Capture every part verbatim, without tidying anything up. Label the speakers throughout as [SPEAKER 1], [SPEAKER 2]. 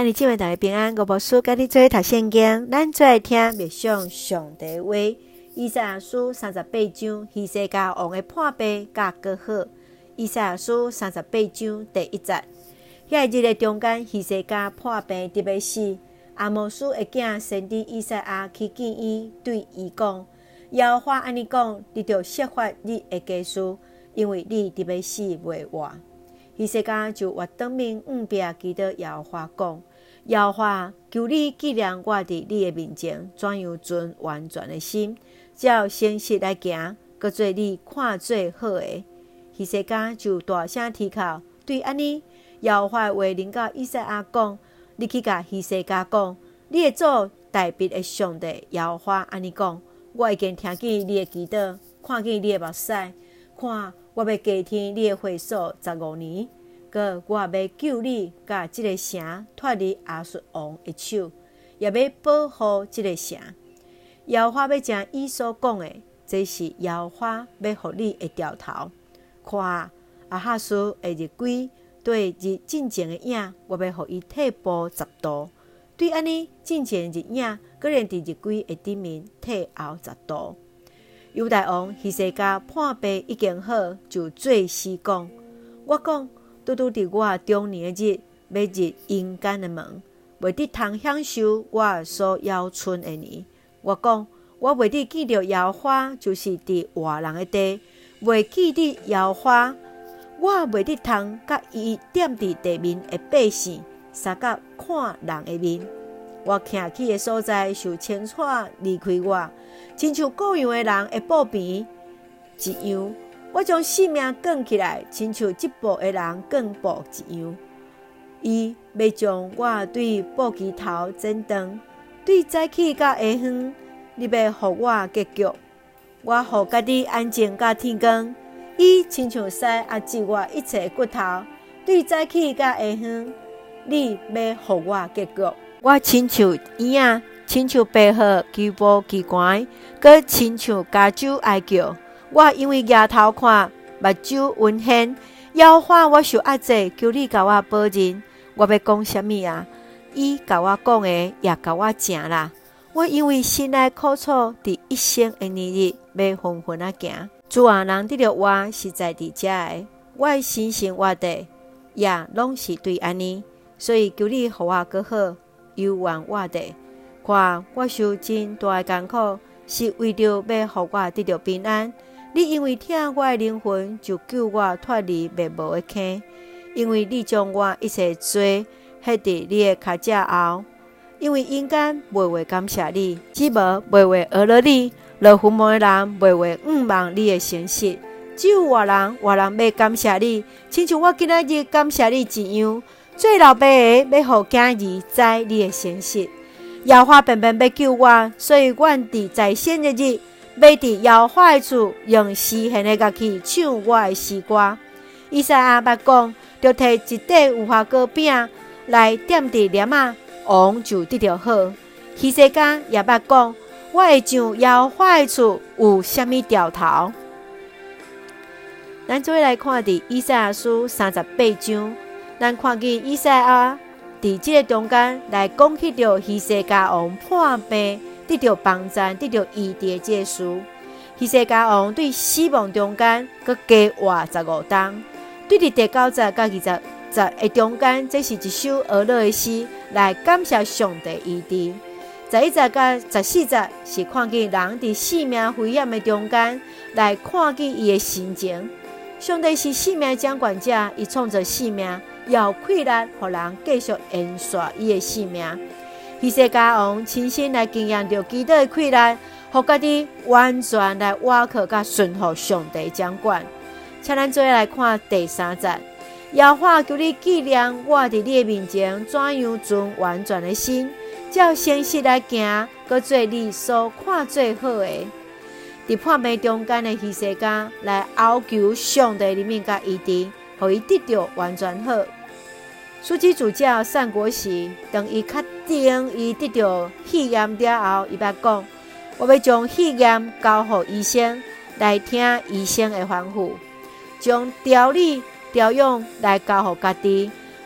[SPEAKER 1] 兄弟姐妹大家平安，我无事甲你做读圣经，咱做来听默想上帝话。以赛亚书三十八章，希西家王的破败甲过好。以赛亚书三十八章第一节，遐日的中间，希西家破病得要死。阿摩斯的囝先知以赛亚去见伊，对伊讲：耶和华安尼讲，你着设法你的家事，因为你得要死袂活。希西家就活当面五壁祈祷耶和华讲：耶和华，求你纪念我伫你的面前，怎样存完全的心，照诚实来行，搁做你看最好的。希西家就大声啼哭，对安尼，耶和华话临到以赛亚讲：你去甲希西家讲，你的祖大笔的上帝耶和华安尼讲：我已经听见你的祈祷，看见你的目屎，看我要加添你的岁数十五年，搁我要救你甲即个城脱离亚述王的手，也要保护即个城。耶和华要将伊所讲的，这是耶和华要互你的兆头。看啊，亚哈斯的日晷对日进前的影，我要互伊退步十度。对安尼进前日影，搁连伫日晷的顶面退后十度。犹大王希西家破病已经好，就做诗讲：我讲，拄拄伫我中年的日，要入阴间的门，袂得通享受我所要存的年。我讲，我袂得记着耶和华，就是伫活人的地，袂记得耶和华，我袂得通甲伊踮伫地面的百姓，三角看人的面。我徛起的所在受牵扯离开我，亲像各样的人会布边一样。我将性命卷起来，亲像一步的人卷布一样。伊要将我对布旗头剪断，对早起甲下昏，你要互我结局。我互家己安静甲天光，伊亲像使压制我一切骨头，对早起甲下昏，你要互我结局。我亲像婴仔，亲像白鹤举步奇怪，搁亲像加州哀叫。我因为抬头看，目睭晕眩。耶和华，我受压制，求你甲我保认。我要讲什么啊？伊甲我讲的，也甲我成啦。我因为心内苦楚，伫一生的年日，要昏昏啊行。主啊，人得着我是在伫遮的，我的心生活地，也拢是对安尼。所以求你互我搁好。游玩我地，看我受真大的艰苦，是为着要互我得到平安。你因为疼我的灵魂，就救我脱离灭亡的坑。因为你将我一切罪迄伫你的脚趾后，因为阴间袂话感谢你，只无袂话学了你，落坟墓的人袂话仰望你的诚实。只有活人，活人要感谢你，亲像我今仔日感谢你一样。做老爸的要互囝儿知你的诚实，耶和华偏偏要救我，所以阮伫在生的日，要伫耶和华的厝用诗献的乐器唱我的诗歌。以赛亚捌讲，着摕一块无花果饼来点伫帘仔，王就得着好。希西家也捌讲，我会上耶和华的厝有啥物兆头？咱做来看伫以赛亚书三十八章。咱看见以赛亚伫即个中间来讲起着希西家王破病得到帮助得到医治的即个事。希西家王对死亡中间佮加活十五天，对伫第九节甲二十节的中间，这是一首俄勒的诗来感谢上帝医治。十一节甲十四节是看见人伫性命危险的中间来看见伊的心情。上帝是性命掌管者，伊创造性命。要气力，互人继续延续伊的性命。希西家王亲身来经验着基督的气力，互家己完全来倚靠甲顺服上帝掌管。请咱做来看第三节。耶和华求你纪念我伫你的面前，怎样存完全的心，照诚实来行，搁做你所看最好的。伫破病中间的希西家来哀求上帝里面甲医治。互伊得到完全好。书记主教善国时，当伊确定伊得到肺炎了后，伊捌讲：我要将肺炎交互医生，来听医生的吩咐；将调理、调养来交互家己，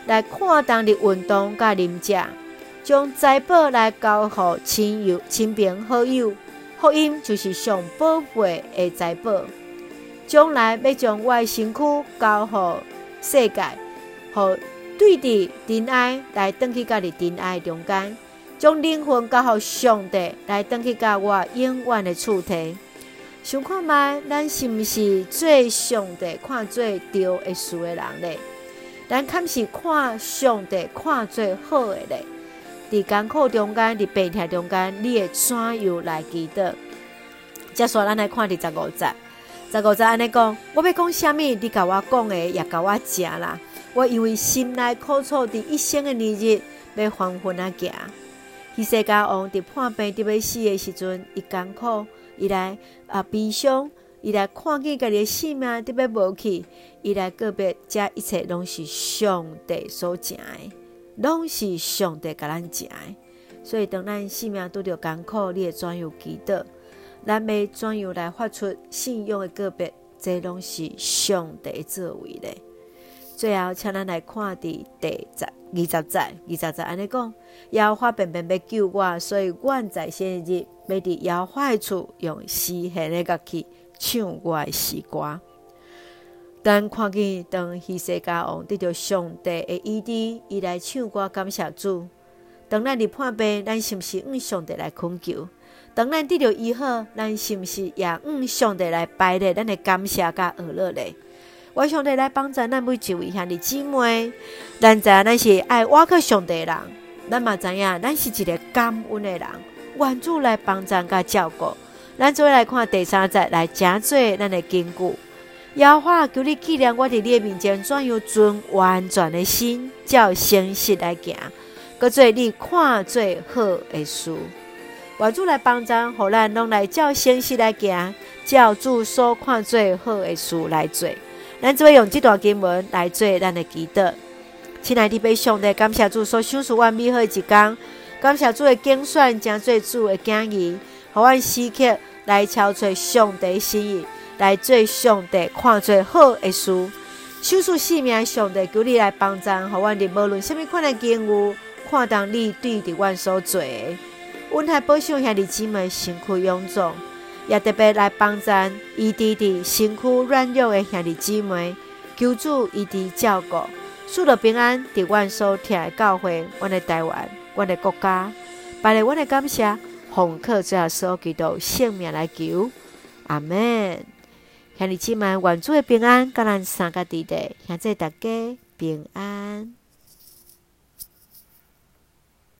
[SPEAKER 1] 来看重的运动甲啉食，将财宝来交予亲友、亲朋好友。福音就是上宝贵的财宝，将来要将我的身躯交予世界，互对伫真爱来转去家己真爱中间，将灵魂交予上帝来转去甲我永远的厝摕。想看觅，咱是毋是做上帝看做对的事的人咧？咱敢是看上帝看做好的咧？伫艰苦中间，伫病痛中间，你会怎样来祈祷？接续咱来看第十五节，十五节安尼讲，我要讲啥物？你甲我讲的，也甲我食啦。我因为心内苦楚，伫一生的日日，要缓缓啊行。希西家王伫破病伫要死的时阵，伊艰苦，伊来啊悲伤，伊来看见家己的性命伫要无去，伊来告别，这一切拢是上帝所成的。拢是上帝甲咱食的，所以当咱性命拄着艰苦，你会怎样祈祷？咱要怎样来发出信仰的告别？这拢是上帝的作为咧。最后，请咱来看伫第十二十节，二十节安尼讲：耶和华偏偏要救我，所以阮在先日要伫耶和华的厝用诗献的乐器唱我的诗歌。咱看见当希西家王得到上帝的医治，伊来唱歌感谢主。当咱伫破病，咱是毋是向上帝来恳求？当咱得到医好，咱是毋是也向上帝来摆列咱的感谢甲学乐咧？我上帝来帮助咱每一位兄弟姊妹，咱知影咱是爱倚靠上帝的人，咱嘛知影咱是一个感恩的人，愿主来帮助甲照顾。咱做来看第三节，来诚做咱的根据。耶和华求你纪念我伫你的面前怎样存完全的心，照诚实来行，搁做你看最好的事。愿主来帮助，互咱拢来照诚实来行，照主所看最好的事来做。咱只要用这段经文来做咱的祈祷。亲爱的弟兄弟，感谢主所赏赐我美好的一天，感谢主的拣选，真做主的拣儿，互阮时刻来超出上帝的心意。来做上帝看做好的事，守住性命，上帝求你来帮助，互阮伫无论什么款的境遇，看重你对伫阮所做的。阮还保守兄弟姊妹身躯臃肿，也特别来帮助医治伫身躯软弱的兄弟姊妹，求主医治照顾，赐落平安伫阮所听的教会，阮的台湾，阮的国家，拜了阮的感谢，奉靠主耶稣基督性命来求，阿门。兄弟姊妹，愿主的平安，甲咱三个弟弟，现在大家平安。